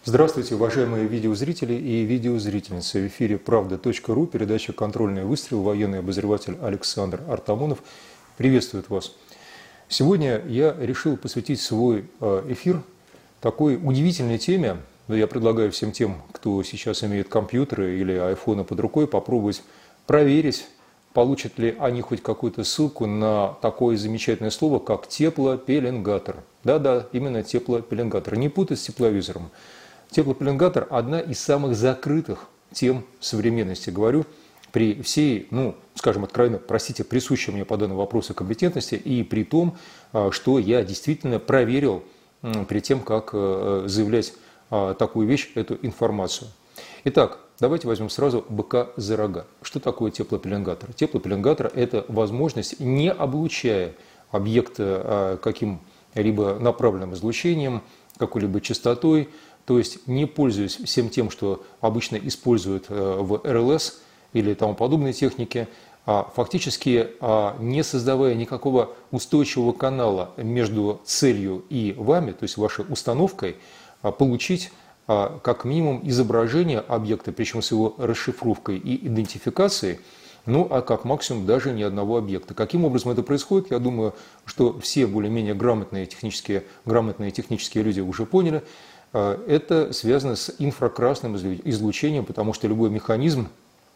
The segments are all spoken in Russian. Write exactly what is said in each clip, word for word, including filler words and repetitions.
Здравствуйте, уважаемые видеозрители и видеозрительницы. В эфире правда точка ру, передача «Контрольный выстрел». Военный обозреватель Александр Артамонов приветствует вас. Сегодня я решил посвятить свой эфир такой удивительной теме. Я предлагаю всем тем, кто сейчас имеет компьютеры или айфоны под рукой, попробовать проверить, получат ли они хоть какую-то ссылку на такое замечательное слово, как теплопеленгатор. Да-да, именно теплопеленгатор. Не путать с тепловизором. Теплопеленгатор – одна из самых закрытых тем современности. Говорю при всей, ну, скажем откровенно, простите, присущей мне по данному вопросу компетентности и при том, что я действительно проверил перед тем, как заявлять такую вещь, эту информацию. Итак, давайте возьмем сразу быка за рога. Что такое теплопеленгатор? Теплопеленгатор – это возможность, не облучая объект каким-либо направленным излучением, какой-либо частотой, то есть не пользуясь всем тем, что обычно используют в эр эл эс или тому подобной технике, а фактически не создавая никакого устойчивого канала между целью и вами, то есть вашей установкой, получить как минимум изображение объекта, причем с его расшифровкой и идентификацией, ну а как максимум даже ни одного объекта. Каким образом это происходит, я думаю, что все более-менее грамотные технические, грамотные технические люди уже поняли. Это связано с инфракрасным излучением, потому что любой механизм,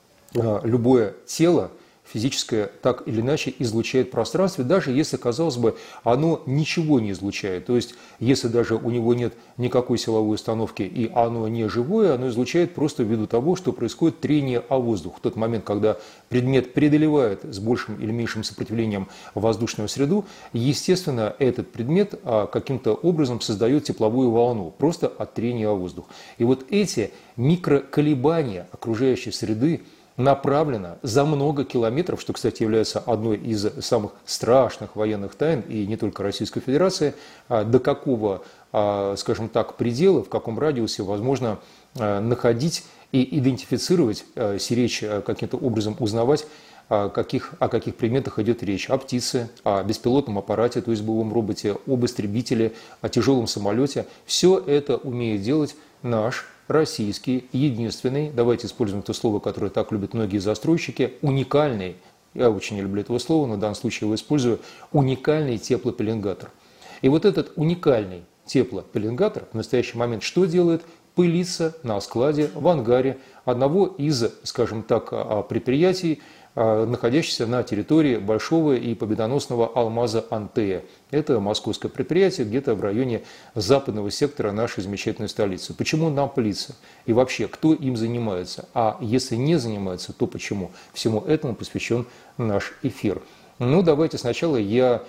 любое тело физическое так или иначе излучает пространстве, даже если, казалось бы, оно ничего не излучает. То есть, если даже у него нет никакой силовой установки и оно не живое, оно излучает просто ввиду того, что происходит трение о воздух. В тот момент, когда предмет преодолевает с большим или меньшим сопротивлением воздушную среду, естественно, этот предмет каким-то образом создает тепловую волну, просто от трения о воздух. И вот эти микроколебания окружающей среды направлено за много километров, что, кстати, является одной из самых страшных военных тайн, и не только Российской Федерации, до какого, скажем так, предела, в каком радиусе возможно находить и идентифицировать, сиречь, каким-то образом узнавать, о каких, о каких предметах идет речь. О птице, о беспилотном аппарате, то есть боевом роботе, об истребителе, о тяжелом самолете. Все это умеет делать наш российский, единственный, давайте используем то слово, которое так любят многие застройщики, уникальный, я очень не люблю этого слова, но в данном случае его использую, уникальный теплопеленгатор. И вот этот уникальный теплопеленгатор в настоящий момент что делает? Пылится на складе, в ангаре одного из, скажем так, предприятий, находящихся на территории большого и победоносного алмаза Антея. Это московское предприятие, где-то в районе западного сектора нашей замечательной столицы. Почему нам пылится? И вообще, кто им занимается? А если не занимается, то почему? Всему этому посвящен наш эфир. Ну, давайте сначала я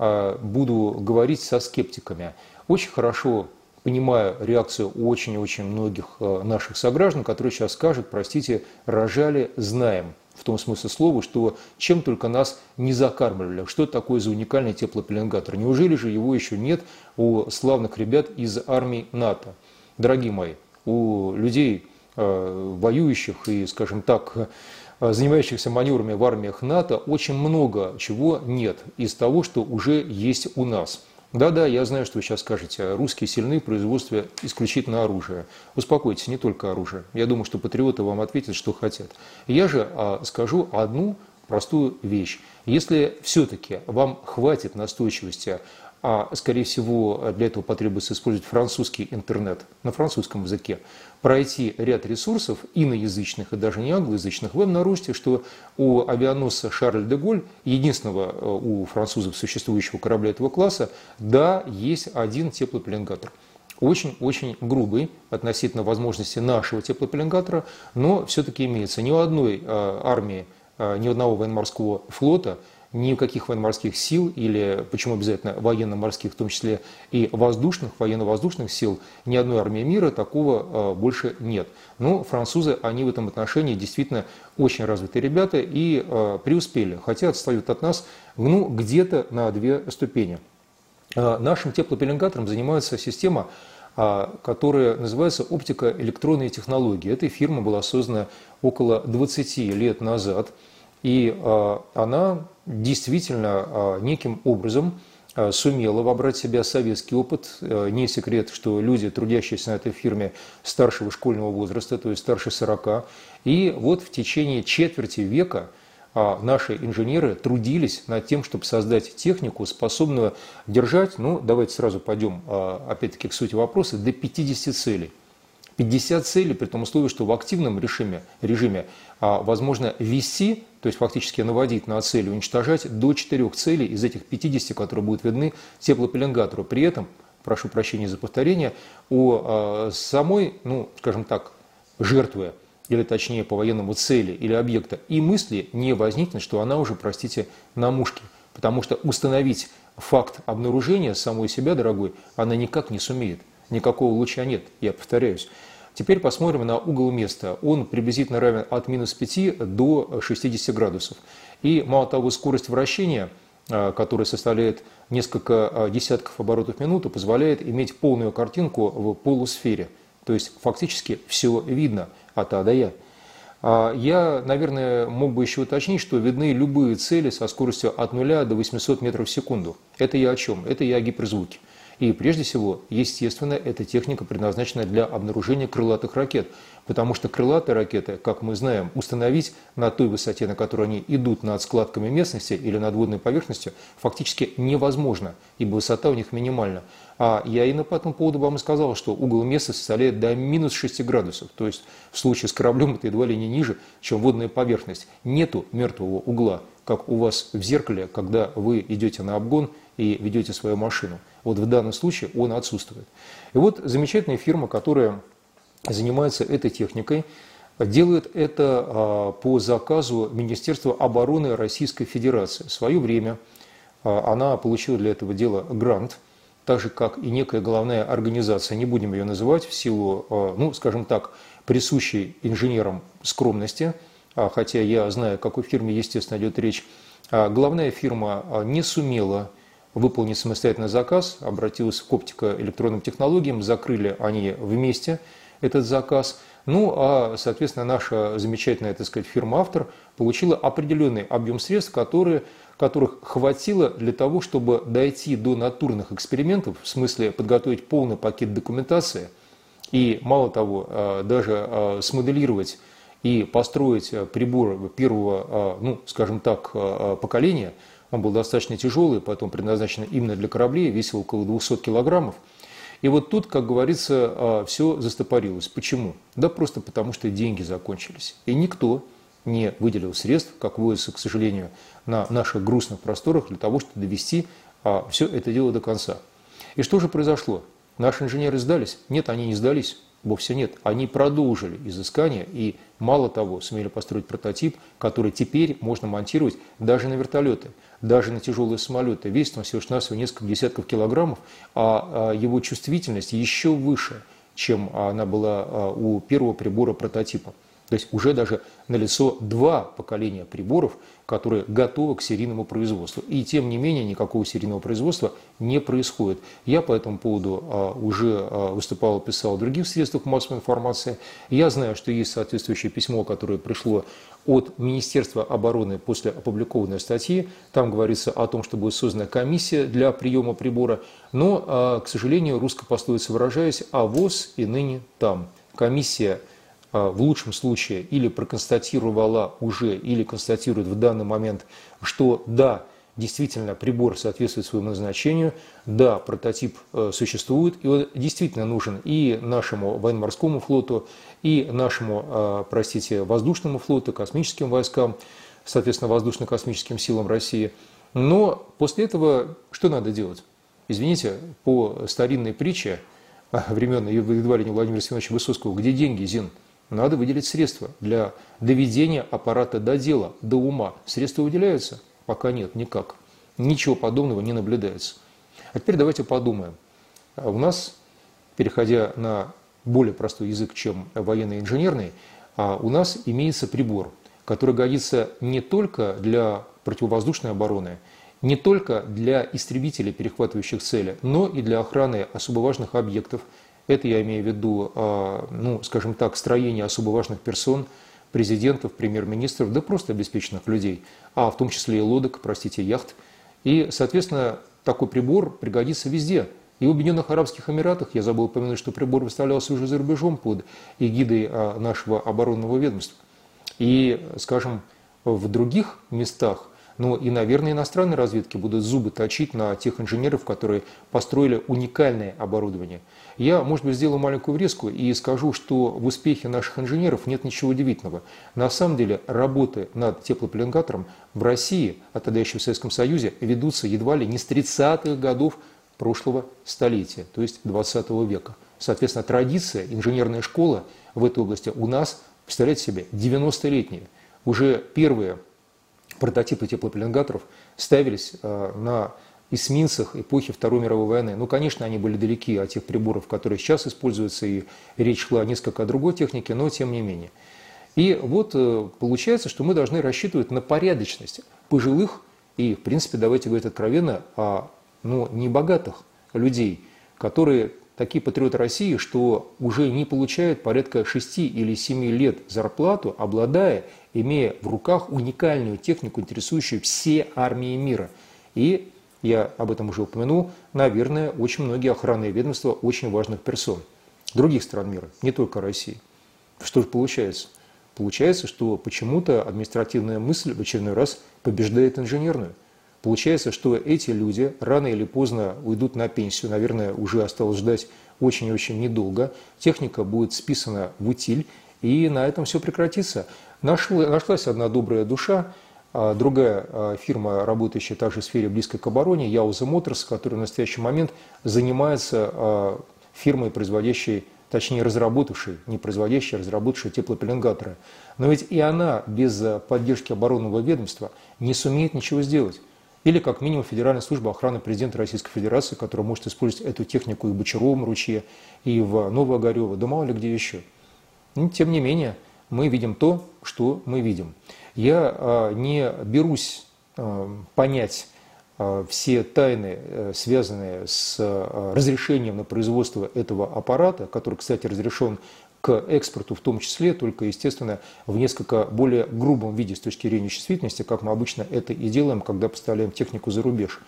буду говорить со скептиками. Очень хорошо понимаю реакцию очень-очень многих наших сограждан, которые сейчас скажут: простите, рожали, знаем. В том смысле слова, что чем только нас не закармливали. Что это такое за уникальный теплопеленгатор? Неужели же его еще нет у славных ребят из армии НАТО? Дорогие мои, у людей, воюющих и, скажем так, занимающихся маневрами в армиях НАТО, очень много чего нет из того, что уже есть у нас. Да-да, я знаю, что вы сейчас скажете, русские сильны в производстве исключительно оружия. Успокойтесь, не только оружие. Я думаю, что патриоты вам ответят, что хотят. Я же а, скажу одну простую вещь. Если все-таки вам хватит настойчивости, а скорее всего для этого потребуется использовать французский интернет на французском языке, пройти ряд ресурсов иноязычных и даже не англоязычных, вы обнаружите, что у авианосца Шарль де Голль, единственного у французов существующего корабля этого класса, да, есть один теплопеленгатор. Очень-очень грубый относительно возможности нашего теплопеленгатора, но все-таки имеется. Ни у одной армии, ни у одного военно-морского флота, никаких военно-морских сил, или почему обязательно военно-морских, в том числе и воздушных, военно-воздушных сил, ни одной армии мира такого больше нет. Но французы, они в этом отношении действительно очень развитые ребята и преуспели, хотя отстают от нас, ну, где-то на две ступени. Нашим теплопеленгатором занимается система, которая называется оптико-электронные технологии. Эта фирма была создана около двадцати лет назад, и она действительно неким образом сумела вобрать в себя советский опыт. Не секрет, что люди, трудящиеся на этой фирме старшего школьного возраста, то есть старше сорока, и вот в течение четверти века наши инженеры трудились над тем, чтобы создать технику, способную держать, ну, давайте сразу пойдем, опять-таки, к сути вопроса, до пятидесяти целей. пятьдесят целей, при том условии, что в активном режиме, режиме возможно вести, то есть фактически наводить на цель, уничтожать до четырех целей из этих пятидесяти, которые будут видны теплопеленгатору. При этом, прошу прощения за повторение, у самой, ну, скажем так, жертвы, или точнее по военному цели или объекта, и мысли не возникнет, что она уже, простите, на мушке. Потому что установить факт обнаружения самой себя, дорогой, она никак не сумеет. Никакого луча нет, я повторяюсь. Теперь посмотрим на угол места. Он приблизительно равен от минус пяти до шестидесяти градусов. И мало того, скорость вращения, которая составляет несколько десятков оборотов в минуту, позволяет иметь полную картинку в полусфере. То есть фактически все видно от А до Я. Я, наверное, мог бы еще уточнить, что видны любые цели со скоростью от нуля до восьмисот метров в секунду. Это я о чем? Это я о гиперзвуке. И прежде всего, естественно, эта техника предназначена для обнаружения крылатых ракет, потому что крылатые ракеты, как мы знаем, установить на той высоте, на которой они идут над складками местности или над водной поверхностью, фактически невозможно, ибо высота у них минимальна. А я и по этому поводу вам и сказал, что угол места составляет до минус шести градусов, то есть в случае с кораблем это едва ли не ниже, чем водная поверхность. Нету мертвого угла, как у вас в зеркале, когда вы идете на обгон и ведете свою машину. Вот в данном случае он отсутствует. И вот замечательная фирма, которая занимается этой техникой, делает это по заказу Министерства обороны Российской Федерации. В свое время она получила для этого дела грант, так же, как и некая головная организация, не будем ее называть в силу, ну, скажем так, присущей инженерам скромности, хотя я знаю, о какой фирме, естественно, идет речь. Главная фирма не сумела выполнить самостоятельно заказ, обратилась к оптико-электронным технологиям, закрыли они вместе этот заказ. Ну, а, соответственно, наша замечательная, так сказать, фирма-автор получила определенный объем средств, которые, которых хватило для того, чтобы дойти до натурных экспериментов, в смысле подготовить полный пакет документации и, мало того, даже смоделировать и построить прибор первого, ну, скажем так, поколения. Он был достаточно тяжелый, поэтому предназначен именно для кораблей, весил около двухсот килограммов. И вот тут, как говорится, все застопорилось. Почему? Да просто потому, что деньги закончились. И никто не выделил средств, как водится, к сожалению, на наших грустных просторах, для того, чтобы довести все это дело до конца. И что же произошло? Наши инженеры сдались? Нет, они не сдались. Вовсе нет. Они продолжили изыскание и, мало того, сумели построить прототип, который теперь можно монтировать даже на вертолеты, даже на тяжелые самолеты. Весит он всего-навсего несколько десятков килограммов, а его чувствительность еще выше, чем она была у первого прибора прототипа. То есть уже даже налицо два поколения приборов, которые готовы к серийному производству. И тем не менее никакого серийного производства не происходит. Я по этому поводу а, уже а, выступал, писал в других средствах массовой информации. Я знаю, что есть соответствующее письмо, которое пришло от Министерства обороны после опубликованной статьи. Там говорится о том, что будет создана комиссия для приема прибора. Но, а, к сожалению, русской пословице выражаясь, авось и ныне там. Комиссия в лучшем случае или проконстатировала уже, или констатирует в данный момент, что да, действительно прибор соответствует своему назначению, да, прототип существует, и он действительно нужен и нашему военно-морскому флоту, и нашему, простите, воздушному флоту, космическим войскам, соответственно, воздушно-космическим силам России. Но после этого что надо делать? Извините, по старинной притче времен едва ли не Владимира Семеновича Высоцкого, где деньги, Зин? Надо выделить средства для доведения аппарата до дела, до ума. Средства выделяются? Пока нет, никак. Ничего подобного не наблюдается. А теперь давайте подумаем. У нас, переходя на более простой язык, чем военно-инженерный, у нас имеется прибор, который годится не только для противовоздушной обороны, не только для истребителей, перехватывающих цели, но и для охраны особо важных объектов. Это я имею в виду, ну, скажем так, строение особо важных персон, президентов, премьер-министров, да просто обеспеченных людей, а в том числе и лодок, простите, яхт. И, соответственно, такой прибор пригодится везде. И в Объединенных Арабских Эмиратах, я забыл упомянуть, что прибор выставлялся уже за рубежом под эгидой нашего оборонного ведомства. И, скажем, в других местах, ну и, наверное, иностранные разведки будут зубы точить на тех инженеров, которые построили уникальное оборудование. Я, может быть, сделаю маленькую врезку и скажу, что в успехе наших инженеров нет ничего удивительного. На самом деле работы над теплопеленгатором в России, а тогда еще в Советском Союзе, ведутся едва ли не с тридцатых годов прошлого столетия, то есть двадцатого века. Соответственно, традиция, инженерная школа в этой области у нас, представляете себе, девяностолетняя. Уже первые прототипы теплопеленгаторов ставились на эсминцах эпохи Второй мировой войны. Ну, конечно, они были далеки от тех приборов, которые сейчас используются, и речь шла несколько о другой технике, но тем не менее. И вот получается, что мы должны рассчитывать на порядочность пожилых и, в принципе, давайте говорить откровенно, о ну, небогатых людей, которые такие патриоты России, что уже не получают порядка шести или семи лет зарплату, обладая, имея в руках уникальную технику, интересующую все армии мира. И, я об этом уже упомянул, наверное, очень многие охранные ведомства очень важных персон других стран мира, не только России. Что же получается? Получается, что почему-то административная мысль в очередной раз побеждает инженерную. Получается, что эти люди рано или поздно уйдут на пенсию, наверное, уже осталось ждать очень-очень недолго. Техника будет списана в утиль, и на этом все прекратится. Нашла, нашлась одна добрая душа, другая фирма, работающая также в сфере близкой к обороне, Яуза Моторс, которая в настоящий момент занимается фирмой, производящей, точнее разработавшей, не производящей, а разработавшей теплопеленгаторы. Но ведь и она без поддержки оборонного ведомства не сумеет ничего сделать. Или, как минимум, Федеральная служба охраны президента Российской Федерации, которая может использовать эту технику и в Бочаровом ручье, и в Новоогарево, да мало ли где еще. Но, тем не менее, мы видим то, что мы видим. Я а, не берусь а, понять а, все тайны, а, связанные с а, разрешением на производство этого аппарата, который, кстати, разрешен к экспорту в том числе, только, естественно, в несколько более грубом виде с точки зрения чувствительности, как мы обычно это и делаем, когда поставляем технику за рубеж.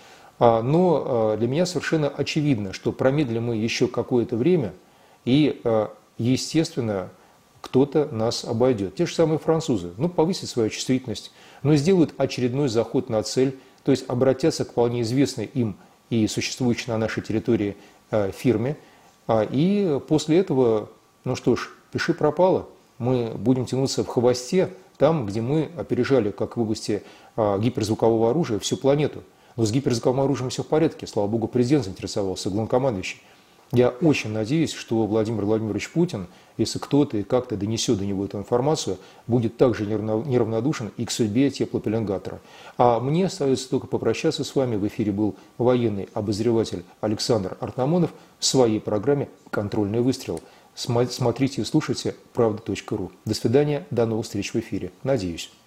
Но для меня совершенно очевидно, что промедлим мы еще какое-то время, и, естественно, кто-то нас обойдет. Те же самые французы, ну, повысят свою чувствительность, но сделают очередной заход на цель, то есть обратятся к вполне известной им и существующей на нашей территории фирме, и после этого... Ну что ж, пиши пропало. Мы будем тянуться в хвосте там, где мы опережали, как в области а, гиперзвукового оружия, всю планету. Но с гиперзвуковым оружием все в порядке. Слава богу, президент заинтересовался, главнокомандующий. Я очень надеюсь, что Владимир Владимирович Путин, если кто-то и как-то донесет до него эту информацию, будет также неравнодушен и к судьбе теплопеленгатора. А мне остается только попрощаться с вами. В эфире был военный обозреватель Александр Артамонов в своей программе «Контрольный выстрел». Смотрите и слушайте правда точка ру. До свидания, до новых встреч в эфире. Надеюсь.